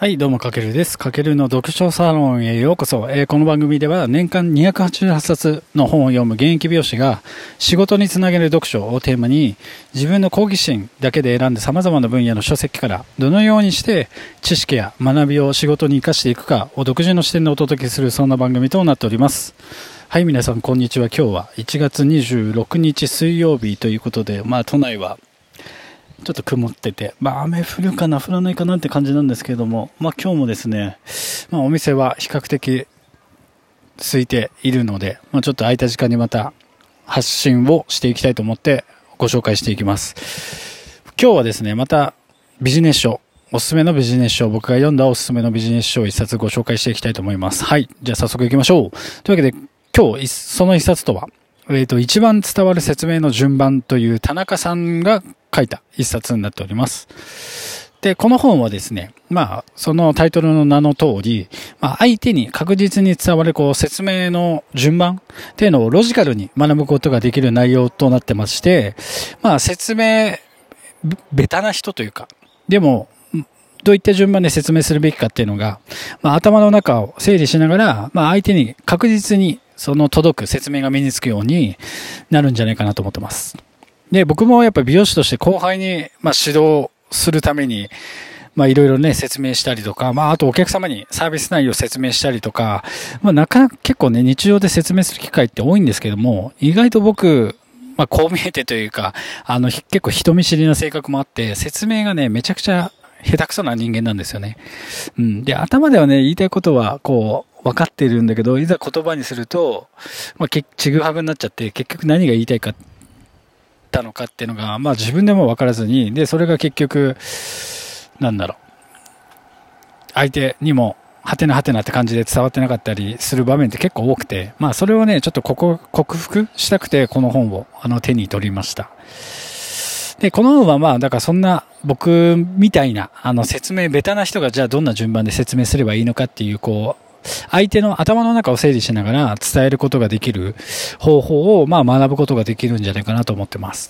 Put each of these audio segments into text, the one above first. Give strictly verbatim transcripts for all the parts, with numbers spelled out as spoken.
はい、どうも、かけるです。かけるの読書サロンへようこそ。えー、この番組では年間にひゃくはちじゅうはっさつの本を読む現役美容師が仕事につなげる読書をテーマに自分の好奇心だけで選んで様々な分野の書籍からどのようにして知識や学びを仕事に生かしていくかを独自の視点でお届けするそんな番組となっております。はい、皆さんこんにちは。今日はいちがつにじゅうろくにち水曜日ということで、まあ都内はちょっと曇ってて、まあ雨降るかな降らないかなって感じなんですけれども、まあ今日もですね、まあお店は比較的空いているので、まあちょっと空いた時間にまた発信をしていきたいと思ってご紹介していきます。今日はですね、またビジネス書、おすすめのビジネス書、僕が読んだおすすめのビジネス書を一冊ご紹介していきたいと思います。はい、じゃあ早速行きましょう。というわけで今日その一冊とは、えっと、一番伝わる説明の順番という田中さんが書いた一冊になっております。で、この本はですね、まあ、そのタイトルの名の通り、まあ、相手に確実に伝わるこう説明の順番っていうのをロジカルに学ぶことができる内容となってまして、まあ、説明、ベタな人というか、でも、どういった順番で説明するべきかっていうのが、まあ、頭の中を整理しながら、まあ、相手に確実にその届く説明が身につくようになるんじゃないかなと思ってます。で、僕もやっぱり美容師として後輩に、まあ、指導するために、まあ、いろいろね、説明したりとか、まあ、あとお客様にサービス内容を説明したりとか、まあ、なかなか結構ね、日常で説明する機会って多いんですけども、意外と僕、まあ、こう見えてというか、あの、結構人見知りな性格もあって、説明がね、めちゃくちゃ下手くそな人間なんですよね。うん。で、頭ではね、言いたいことは、こう、分かっているんだけど、いざ言葉にすると、まあ、ちぐはぐになっちゃって、結局何が言いたいか、たのかっていうのが、まあ自分でも分からずに、で、それが結局、なんだろう、相手にも、はてなはてなって感じで伝わってなかったりする場面って結構多くて、まあそれをね、ちょっとここ克服したくて、この本をあの手に取りました。で、この本はまあ、だからそんな僕みたいな、あの説明ベタな人がじゃあどんな順番で説明すればいいのかっていう、こう、相手の頭の中を整理しながら伝えることができる方法をまあ学ぶことができるんじゃないかなと思ってます。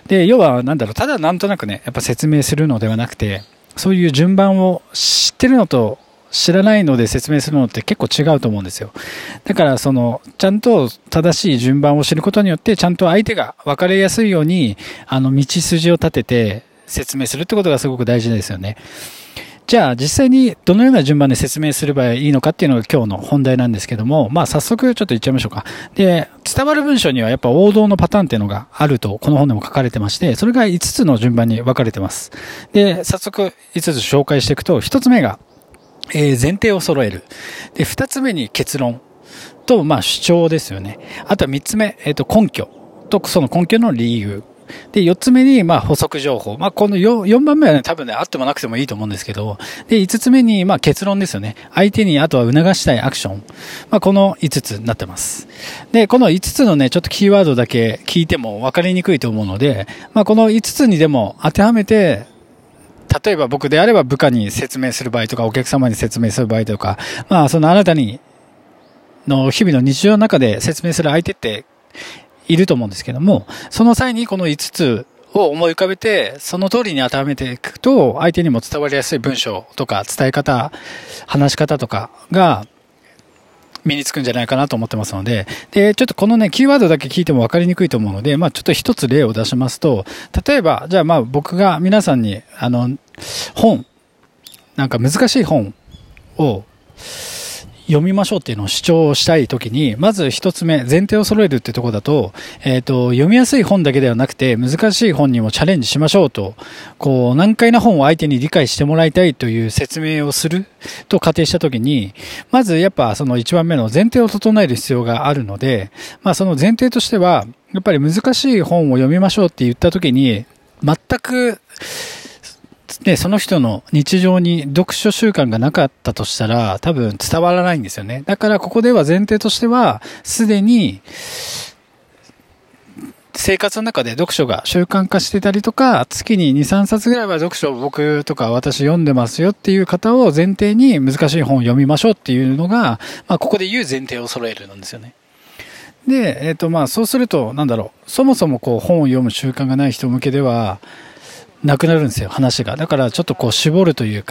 で、要はなんだろう、ただなんとなくね、やっぱ説明するのではなくて、そういう順番を知ってるのと知らないので説明するのって結構違うと思うんですよ。だからその、ちゃんと正しい順番を知ることによって、ちゃんと相手が分かりやすいように、あの道筋を立てて説明するってことがすごく大事ですよね。じゃあ実際にどのような順番で説明すればいいのかっていうのが今日の本題なんですけども、まあ早速ちょっと言っちゃいましょうか。で、伝わる文章にはやっぱ王道のパターンっていうのがあるとこの本でも書かれてまして、それがいつつの順番に分かれてます。で、早速いつつ紹介していくと、ひとつめが、えー、前提を揃える。で、ふたつめに結論と、まあ主張ですよね。あとはみっつめ、えっと根拠とその根拠の理由。で、よっつめに、まあ、補足情報。まあ、この よんばんめはね、多分ね、あってもなくてもいいと思うんですけど、で、いつつめに、まあ、結論ですよね。相手に、あとは促したいアクション。まあ、このいつつになってます。で、このいつつのね、ちょっとキーワードだけ聞いても分かりにくいと思うので、まあ、このいつつにでも当てはめて、例えば僕であれば部下に説明する場合とか、お客様に説明する場合とか、まあ、そのあなたに、の日々の日常の中で説明する相手って、いると思うんですけども、その際にこのいつつを思い浮かべて、その通りに当てはめていくと、相手にも伝わりやすい文章とか伝え方、話し方とかが身につくんじゃないかなと思ってますので、で、ちょっとこのね、キーワードだけ聞いても分かりにくいと思うので、まあちょっと一つ例を出しますと、例えば、じゃあまあ僕が皆さんに、あの、本、なんか難しい本を、読みましょうっていうのを主張したいときに、まず一つ目、前提を揃えるってところだと、えっと、読みやすい本だけではなくて、難しい本にもチャレンジしましょうと、こう、難解な本を相手に理解してもらいたいという説明をすると仮定したときに、まずやっぱその一番目の前提を整える必要があるので、まあその前提としては、やっぱり難しい本を読みましょうって言ったときに、全く、で、その人の日常に読書習慣がなかったとしたら多分伝わらないんですよね。だからここでは前提としてはすでに生活の中で読書が習慣化してたりとか、月にに、さんさつぐらいは読書を僕とか私読んでますよっていう方を前提に難しい本を読みましょうっていうのが、まあここで言う前提を揃えるなんですよね。で、えっとまあそうするとなんだろう、そもそもこう本を読む習慣がない人向けではなくなるんですよ、話が。だからちょっとこう絞るというか、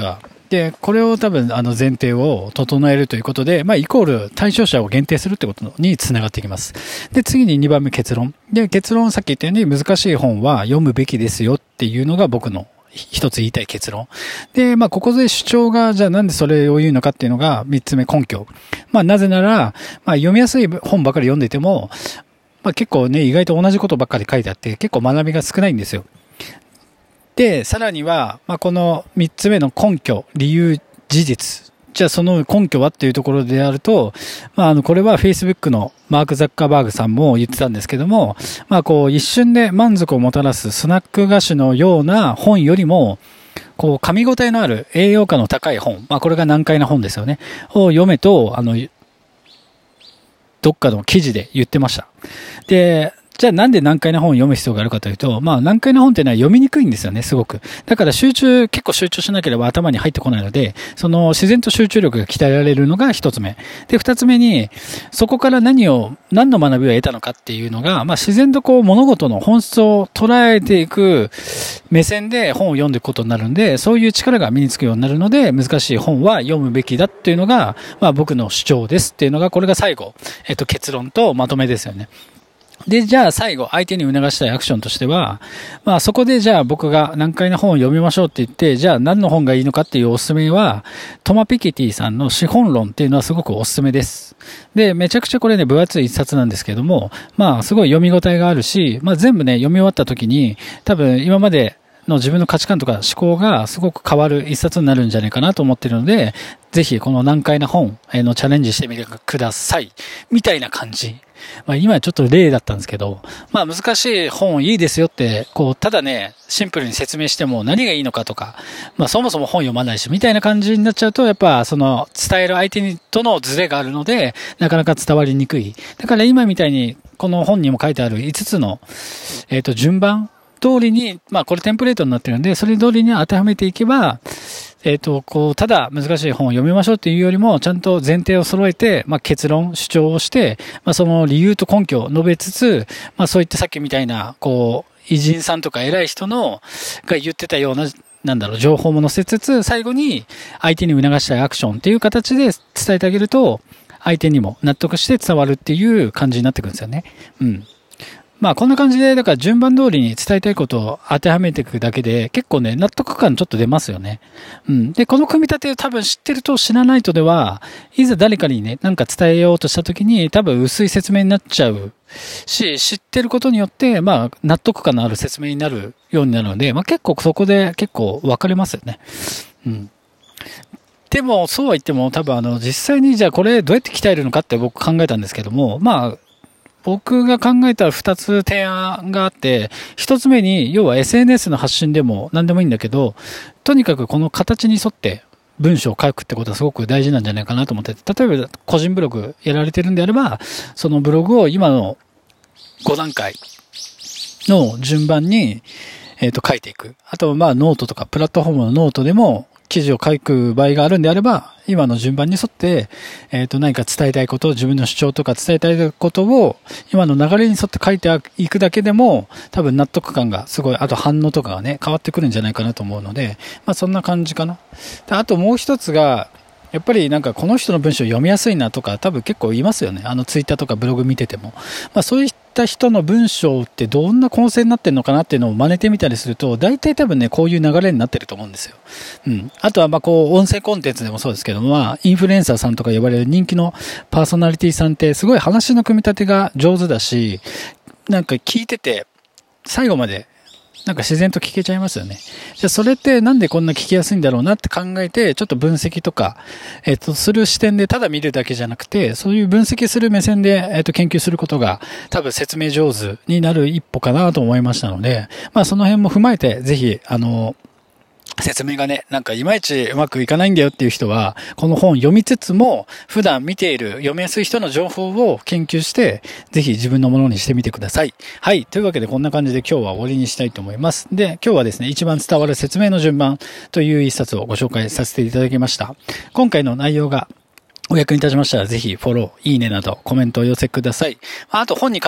で、これを多分、あの、前提を整えるということで、まあ、イコール対象者を限定するってことにつながってきます。で、次ににばんめ結論。で、結論、さっき言ったように難しい本は読むべきですよっていうのが僕の一つ言いたい結論。で、まあ、ここで主張が、じゃあなんでそれを言うのかっていうのが三つ目根拠。まあ、なぜなら、まあ、読みやすい本ばかり読んでいても、まあ、結構ね、意外と同じことばっかり書いてあって、結構学びが少ないんですよ。で、さらには、まあ、この三つ目の根拠、理由、事実。じゃあその根拠はっていうところであると、まあ、あの、これは Facebook のマーク・ザッカーバーグさんも言ってたんですけども、まあ、こう、一瞬で満足をもたらすスナック菓子のような本よりも、こう、噛み応えのある栄養価の高い本、まあ、これが難解な本ですよね、を読めと、あの、どっかの記事で言ってました。で、じゃあなんで難解な本を読む必要があるかというと、まあ難解な本っていうのは読みにくいんですよね、すごく。だから集中、結構集中しなければ頭に入ってこないので、その自然と集中力が鍛えられるのが一つ目。で、二つ目に、そこから何を、何の学びを得たのかっていうのが、まあ自然とこう物事の本質を捉えていく目線で本を読んでいくことになるんで、そういう力が身につくようになるので、難しい本は読むべきだっていうのが、まあ僕の主張ですっていうのが、これが最後、えっと結論とまとめですよね。で、じゃあ最後、相手に促したいアクションとしては、まあそこでじゃあ僕が難解な本を読みましょうって言って、じゃあ何の本がいいのかっていうおすすめは、トマ・ピケティさんの資本論っていうのはすごくおすすめです。で、めちゃくちゃこれね、分厚い一冊なんですけども、まあすごい読み応えがあるし、まあ全部ね、読み終わった時に、多分今までの自分の価値観とか思考がすごく変わる一冊になるんじゃないかなと思っているので、ぜひこの難解な本のチャレンジしてみてください。みたいな感じ。まあ今ちょっと例だったんですけど、まあ難しい本いいですよって、こう、ただね、シンプルに説明しても何がいいのかとか、まあそもそも本読まないし、みたいな感じになっちゃうと、やっぱその伝える相手とのズレがあるので、なかなか伝わりにくい。だから今みたいに、この本にも書いてあるいつつの、えっと、順番通りに、まあこれテンプレートになってるんで、それ通りに当てはめていけば、えっと、こう、ただ難しい本を読みましょうっていうよりも、ちゃんと前提を揃えて、まあ結論、主張をして、まあその理由と根拠を述べつつ、まあそういったさっきみたいな、こう、偉人さんとか偉い人の、が言ってたような、なんだろう、情報も載せつつ、最後に相手に促したいアクションっていう形で伝えてあげると、相手にも納得して伝わるっていう感じになってくるんですよね。うん。まあこんな感じで、だから順番通りに伝えたいことを当てはめていくだけで、結構ね、納得感ちょっと出ますよね。うん。で、この組み立てを多分知ってると知らないとでは、いざ誰かにね、なんか伝えようとした時に、多分薄い説明になっちゃうし、知ってることによって、まあ納得感のある説明になるようになるので、まあ結構そこで結構分かれますよね。うん。でも、そうは言っても多分あの、実際にじゃあこれどうやって鍛えるのかって僕考えたんですけども、まあ、僕が考えた二つ提案があって、一つ目に、要は エスエヌエス の発信でも何でもいいんだけど、とにかくこの形に沿って文章を書くってことはすごく大事なんじゃないかなと思ってて、例えば個人ブログやられてるんであれば、そのブログを今のご段階の順番に、えっと、書いていく。あと、まあ、ノートとか、プラットフォームのノートでも、記事を書く場合があるんであれば、今の順番に沿って、えっと、何か伝えたいことを、自分の主張とか伝えたいことを、今の流れに沿って書いていくだけでも、多分納得感がすごい、あと反応とかがね、変わってくるんじゃないかなと思うので、まあそんな感じかな。で、あともう一つが、やっぱりなんかこの人の文章読みやすいなとか多分結構いますよね。あのツイッターとかブログ見てても。まあそういった人の文章ってどんな構成になってるのかなっていうのを真似てみたりすると、大体多分ね、こういう流れになってると思うんですよ。うん。あとはまあこう音声コンテンツでもそうですけども、まあインフルエンサーさんとか呼ばれる人気のパーソナリティさんってすごい話の組み立てが上手だし、なんか聞いてて最後までなんか自然と聞けちゃいますよね。じゃあそれってなんでこんな聞きやすいんだろうなって考えて、ちょっと分析とか、えっと、する視点でただ見るだけじゃなくて、そういう分析する目線で、えっと、研究することが多分説明上手になる一歩かなと思いましたので、まあその辺も踏まえて、ぜひ、あの、説明がね、なんかいまいちうまくいかないんだよっていう人は、この本読みつつも、普段見ている読みやすい人の情報を研究して、ぜひ自分のものにしてみてください。はい。というわけでこんな感じで今日は終わりにしたいと思います。で、今日はですね、一番伝わる説明の順番という一冊をご紹介させていただきました。今回の内容がお役に立ちましたら、ぜひフォロー、いいねなどコメントをお寄せください。あと本に関する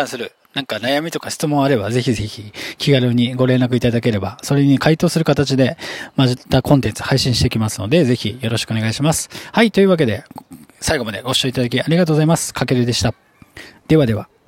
なんか悩みとか質問あればぜひぜひ気軽にご連絡いただければ、それに回答する形でまたコンテンツ配信していきますので、ぜひよろしくお願いします。はい、というわけで最後までご視聴いただきありがとうございます。かけるでした。ではでは。